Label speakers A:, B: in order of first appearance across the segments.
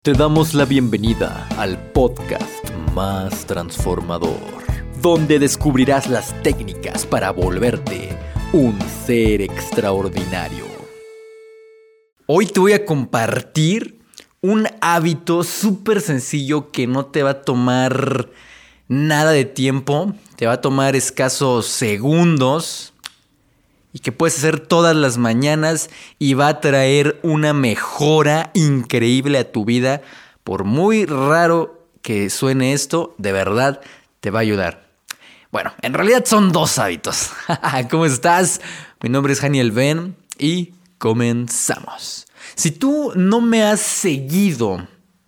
A: Te damos la bienvenida al podcast más transformador, donde descubrirás las técnicas para volverte un ser extraordinario. Hoy te voy a compartir un hábito súper sencillo que no te va a tomar nada de tiempo, te va a tomar escasos segundos y que puedes hacer todas las mañanas y va a traer una mejora increíble a tu vida. Por muy raro que suene esto, de verdad te va a ayudar. Bueno, en realidad son dos hábitos. ¿Cómo estás? Mi nombre es Haniel Ben y comenzamos. Si tú no me has seguido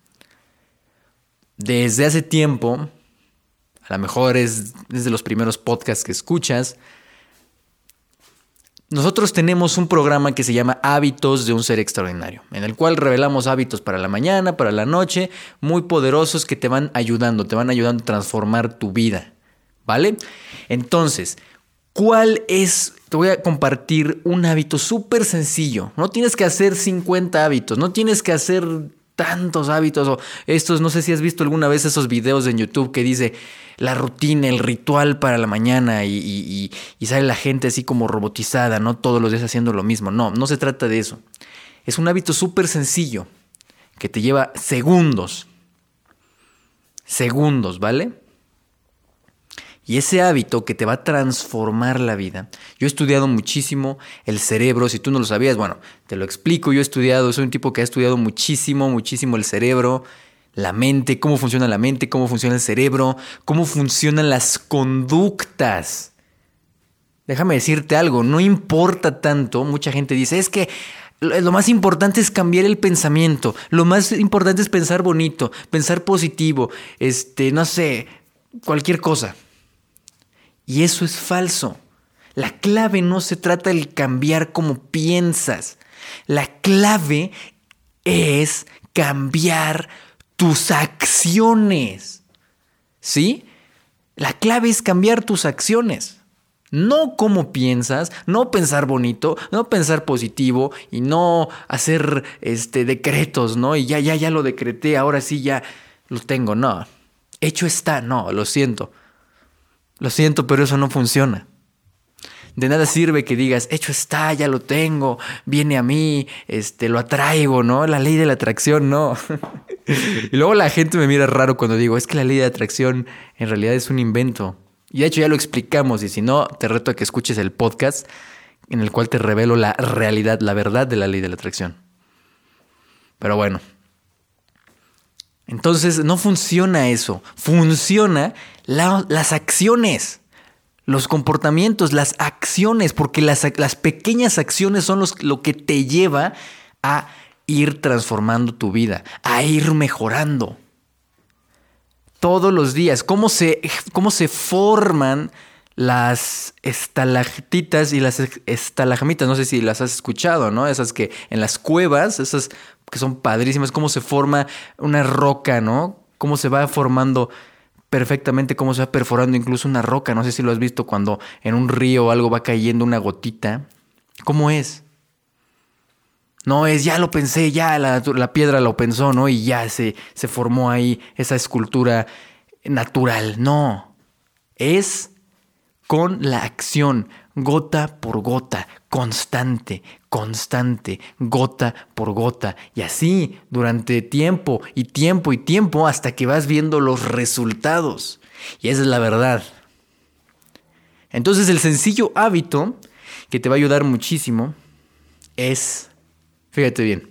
A: desde hace tiempo, a lo mejor es desde los primeros podcasts que escuchas, nosotros tenemos un programa que se llama Hábitos de un Ser Extraordinario, en el cual revelamos hábitos para la mañana, para la noche, muy poderosos que te van ayudando a transformar tu vida, ¿vale? Entonces, ¿cuál es? Te voy a compartir un hábito súper sencillo. No tienes que hacer 50 hábitos, no tienes que hacer tantos hábitos o estos, no sé si has visto alguna vez esos videos en YouTube que dice la rutina, el ritual para la mañana y sale la gente así como robotizada, ¿no? Todos los días haciendo lo mismo. No se trata de eso. Es un hábito súper sencillo que te lleva segundos, ¿vale? Y ese hábito que te va a transformar la vida. Yo he estudiado muchísimo el cerebro. Si tú no lo sabías, bueno, te lo explico. Soy un tipo que ha estudiado muchísimo el cerebro, la mente, cómo funciona la mente, cómo funciona el cerebro, cómo funcionan las conductas. Déjame decirte algo, no importa tanto. Mucha gente dice, es que lo más importante es cambiar el pensamiento. Lo más importante es pensar bonito, pensar positivo, no sé, cualquier cosa. Y eso es falso. La clave no se trata de cambiar como piensas. La clave es cambiar tus acciones. ¿Sí? La clave es cambiar tus acciones. No cómo piensas, no pensar bonito, no pensar positivo y no hacer decretos, ¿no? Y ya lo decreté, ahora sí ya lo tengo. No, hecho está, no, lo siento. Lo siento, pero eso no funciona. De nada sirve que digas, hecho está, ya lo tengo, viene a mí, lo atraigo, ¿no? La ley de la atracción, no. Y luego la gente me mira raro cuando digo, es que la ley de atracción en realidad es un invento. Y de hecho ya lo explicamos, y si no, te reto a que escuches el podcast en el cual te revelo la realidad, la verdad de la ley de la atracción. Pero bueno. Entonces no funciona eso, funciona las acciones, los comportamientos, las acciones, porque las pequeñas acciones son lo que te lleva a ir transformando tu vida, a ir mejorando. Todos los días, ¿cómo se forman las estalactitas y las estalagmitas? No sé si las has escuchado, ¿no? Esas que en las cuevas, esas que son padrísimas, cómo se forma una roca, ¿no? Cómo se va formando perfectamente, cómo se va perforando incluso una roca. No sé si lo has visto cuando en un río o algo va cayendo una gotita. ¿Cómo es? No es, ya lo pensé, ya la piedra lo pensó, ¿no? Y ya se formó ahí esa escultura natural. No, es con la acción, gota por gota, constante, gota por gota. Y así durante tiempo, hasta que vas viendo los resultados. Y esa es la verdad. Entonces el sencillo hábito que te va a ayudar muchísimo es, fíjate bien,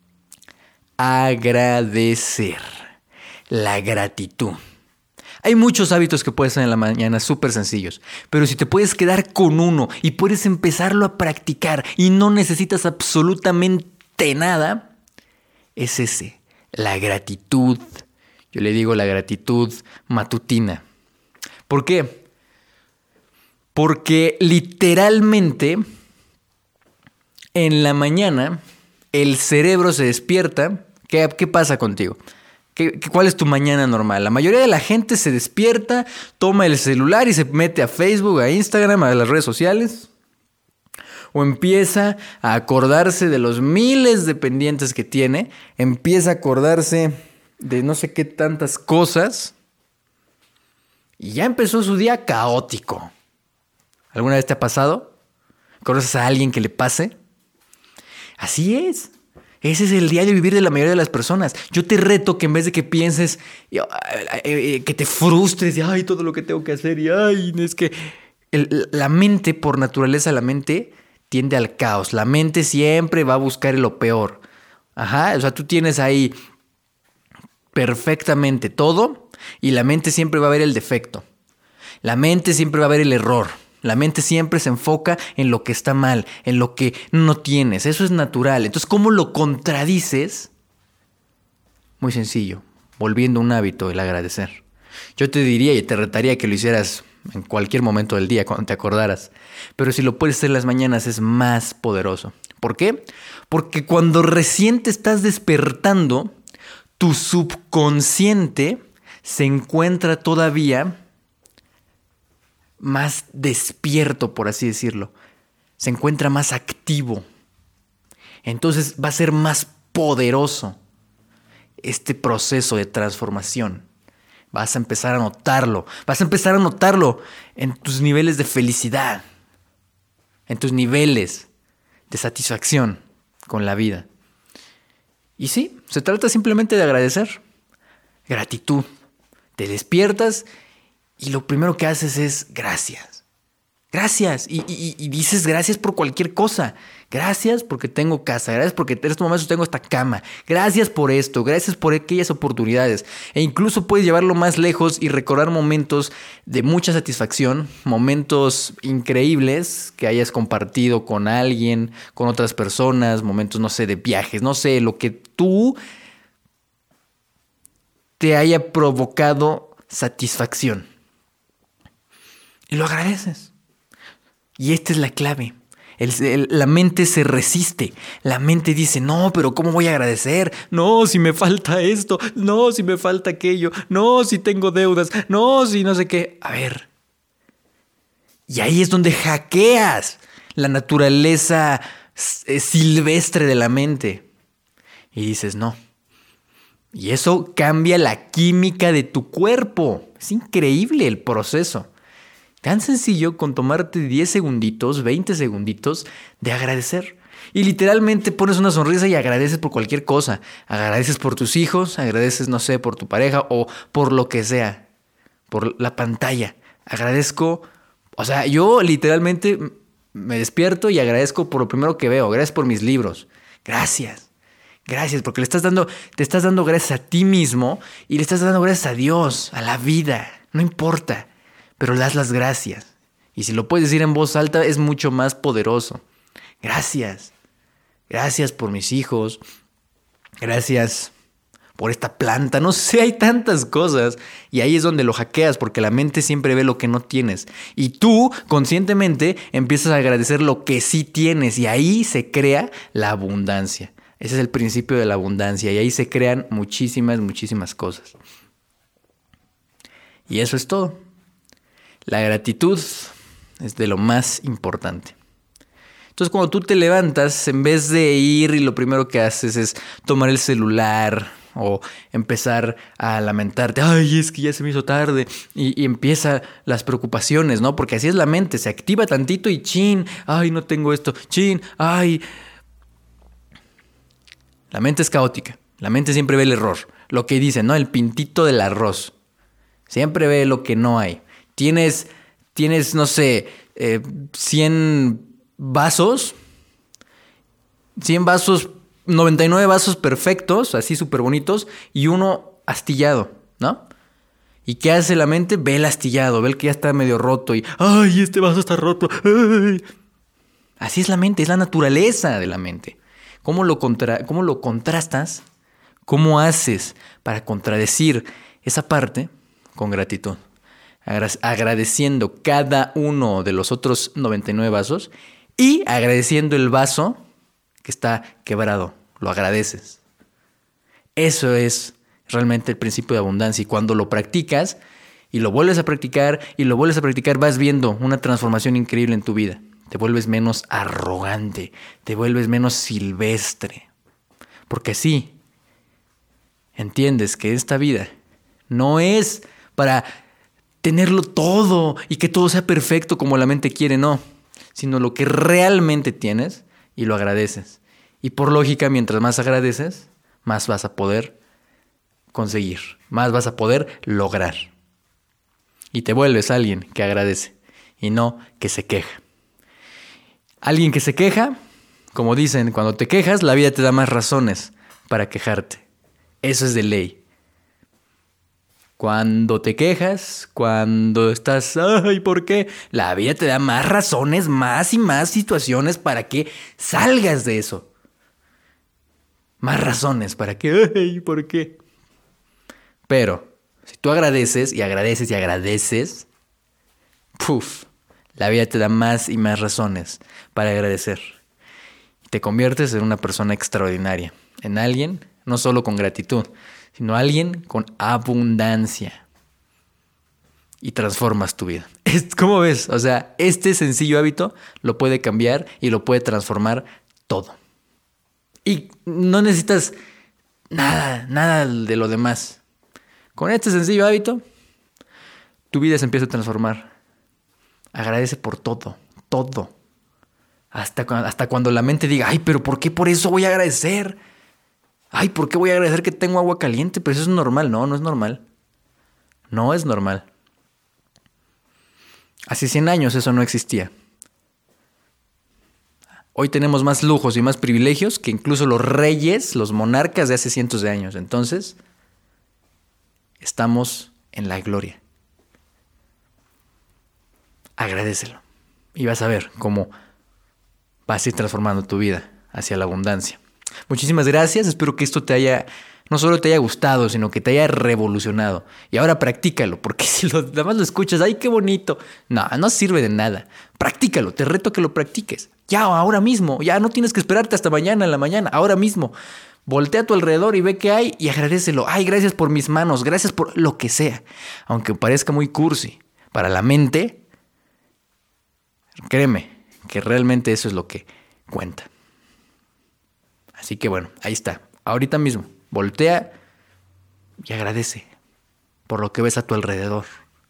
A: agradecer. La gratitud. Hay muchos hábitos que puedes hacer en la mañana súper sencillos, pero si te puedes quedar con uno y puedes empezarlo a practicar y no necesitas absolutamente nada, es ese, la gratitud. Yo le digo la gratitud matutina. ¿Por qué? Porque literalmente en la mañana el cerebro se despierta. ¿Qué pasa contigo? ¿Cuál es tu mañana normal? La mayoría de la gente se despierta, toma el celular y se mete a Facebook, a Instagram, a las redes sociales. o empieza a acordarse de los miles de pendientes que tiene, empieza a acordarse de no sé qué tantas cosas y ya empezó su día caótico. ¿Alguna vez te ha pasado? ¿Conoces a alguien que le pase? Así es. Ese es el diario vivir de la mayoría de las personas. Yo te reto que en vez de que pienses, que te frustres, y ay, todo lo que tengo que hacer, y ay, es que la mente, por naturaleza, la mente tiende al caos. La mente siempre va a buscar lo peor. Ajá, o sea, tú tienes ahí perfectamente todo y la mente siempre va a ver el defecto. La mente siempre va a ver el error. La mente siempre se enfoca en lo que está mal, en lo que no tienes. Eso es natural. Entonces, ¿cómo lo contradices? Muy sencillo, volviendo un hábito, el agradecer. Yo te diría y te retaría que lo hicieras en cualquier momento del día, cuando te acordaras. Pero si lo puedes hacer en las mañanas es más poderoso. ¿Por qué? Porque cuando recién te estás despertando, tu subconsciente se encuentra todavía más despierto, por así decirlo. Se encuentra más activo. Entonces va a ser más poderoso este proceso de transformación. Vas a empezar a notarlo. Vas a empezar a notarlo en tus niveles de felicidad, en tus niveles de satisfacción con la vida. Y sí, se trata simplemente de agradecer. Gratitud. Te despiertas y lo primero que haces es gracias. Gracias. Y dices gracias por cualquier cosa. Gracias porque tengo casa. Gracias porque en estos momentos tengo esta cama. Gracias por esto. Gracias por aquellas oportunidades. E incluso puedes llevarlo más lejos y recordar momentos de mucha satisfacción. Momentos increíbles que hayas compartido con alguien, con otras personas. Momentos, no sé, de viajes. No sé, lo que tú te haya provocado satisfacción. Y lo agradeces. Y esta es la clave. La mente se resiste. La mente dice, no, pero ¿cómo voy a agradecer? No, si me falta esto. No, si me falta aquello. No, si tengo deudas. No, si no sé qué. A ver. Y ahí es donde hackeas la naturaleza silvestre de la mente. Y dices, no. Y eso cambia la química de tu cuerpo. Es increíble el proceso. Tan sencillo con tomarte 10 segunditos, 20 segunditos de agradecer. Y literalmente pones una sonrisa y agradeces por cualquier cosa. Agradeces por tus hijos, agradeces, no sé, por tu pareja o por lo que sea. Por la pantalla. Agradezco, o sea, yo literalmente me despierto y agradezco por lo primero que veo. Gracias por mis libros. Gracias. Gracias, porque te estás dando gracias a ti mismo y le estás dando gracias a Dios, a la vida. No importa. Pero das las gracias. Y si lo puedes decir en voz alta, es mucho más poderoso. Gracias. Gracias por mis hijos. Gracias por esta planta. No sé, hay tantas cosas. Y ahí es donde lo hackeas, porque la mente siempre ve lo que no tienes. Y tú, conscientemente, empiezas a agradecer lo que sí tienes. Y ahí se crea la abundancia. Ese es el principio de la abundancia. Y ahí se crean muchísimas, muchísimas cosas. Y eso es todo. La gratitud es de lo más importante. Entonces, cuando tú te levantas, en vez de ir y lo primero que haces es tomar el celular o empezar a lamentarte, ay, es que ya se me hizo tarde, y empiezan las preocupaciones, ¿no? Porque así es la mente, se activa tantito y chin, ay, no tengo esto, chin, ay. La mente es caótica, la mente siempre ve el error, lo que dicen, ¿no? El pintito del arroz, siempre ve lo que no hay. Tienes, no sé, 100 vasos, 99 vasos perfectos, así súper bonitos, y uno astillado, ¿no? ¿Y qué hace la mente? Ve el astillado, ve el que ya está medio roto y ¡ay, este vaso está roto! ¡Ay! Así es la mente, es la naturaleza de la mente. ¿Cómo lo contrastas? ¿Cómo haces para contradecir esa parte con gratitud? Agradeciendo cada uno de los otros 99 vasos y agradeciendo el vaso que está quebrado. Lo agradeces. Eso es realmente el principio de abundancia. Y cuando lo practicas y lo vuelves a practicar y lo vuelves a practicar, vas viendo una transformación increíble en tu vida. te vuelves menos arrogante, te vuelves menos silvestre. Porque así entiendes que esta vida no es para tenerlo todo y que todo sea perfecto como la mente quiere, no. Sino lo que realmente tienes y lo agradeces. Y por lógica, mientras más agradeces, más vas a poder conseguir, más vas a poder lograr. Y te vuelves alguien que agradece y no que se queja. Alguien que se queja, como dicen, cuando te quejas, la vida te da más razones para quejarte. Eso es de ley. Cuando te quejas, cuando estás, ay, ¿por qué? La vida te da más razones, más y más situaciones para que salgas de eso. Más razones para que, ay, ¿por qué? Pero si tú agradeces y agradeces y agradeces, ¡puf! La vida te da más y más razones para agradecer. Te conviertes en una persona extraordinaria, en alguien no solo con gratitud, sino alguien con abundancia. Y transformas tu vida. ¿Cómo ves? O sea, este sencillo hábito lo puede cambiar y lo puede transformar todo. Y no necesitas nada de lo demás. Con este sencillo hábito, tu vida se empieza a transformar. Agradece por todo, todo. Hasta cuando la mente diga, ay, pero ¿por qué por eso voy a agradecer? Ay, ¿por qué voy a agradecer que tengo agua caliente? Pero eso es normal. No, no es normal. No es normal. Hace 100 años eso no existía. Hoy tenemos más lujos y más privilegios que incluso los reyes, los monarcas de hace cientos de años. Entonces, estamos en la gloria. Agradécelo. Y vas a ver cómo vas a ir transformando tu vida hacia la abundancia. Muchísimas gracias. Espero que esto no solo te haya gustado, sino que te haya revolucionado. Y ahora practícalo, porque si nada más lo escuchas, ¡ay, qué bonito! No sirve de nada. Practícalo, te reto a que lo practiques. Ya, ahora mismo. Ya no tienes que esperarte hasta mañana en la mañana. Ahora mismo. Voltea a tu alrededor y ve qué hay y agradécelo. ¡Ay, gracias por mis manos! Gracias por lo que sea. Aunque parezca muy cursi. Para la mente, créeme que realmente eso es lo que cuenta. Así que bueno, ahí está. Ahorita mismo, voltea y agradece por lo que ves a tu alrededor.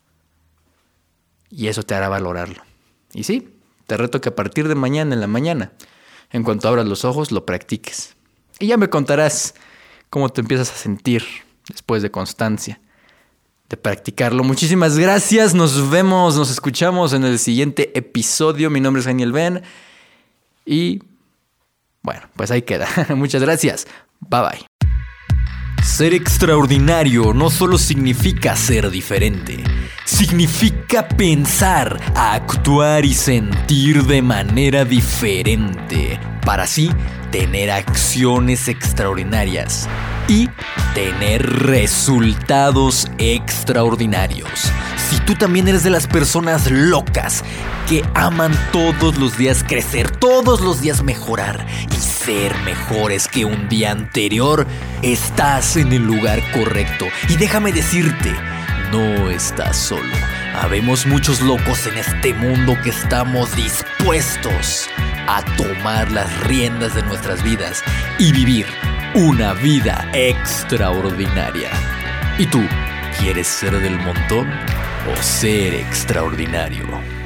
A: Y eso te hará valorarlo. Y sí, te reto que a partir de mañana en la mañana, en cuanto abras los ojos, lo practiques. Y ya me contarás cómo te empiezas a sentir después de constancia de practicarlo. Muchísimas gracias. Nos vemos, nos escuchamos en el siguiente episodio. Mi nombre es Daniel Ben. Y bueno, pues ahí queda. Muchas gracias. Bye bye. Ser extraordinario no solo significa ser diferente. Significa pensar, actuar y sentir de manera diferente. Para así tener acciones extraordinarias y tener resultados extraordinarios. Si tú también eres de las personas locas que aman todos los días crecer, todos los días mejorar y ser mejores que un día anterior, estás en el lugar correcto. Y déjame decirte, no estás solo. Habemos muchos locos en este mundo que estamos dispuestos a tomar las riendas de nuestras vidas y vivir una vida extraordinaria. ¿Y tú quieres ser del montón o ser extraordinario?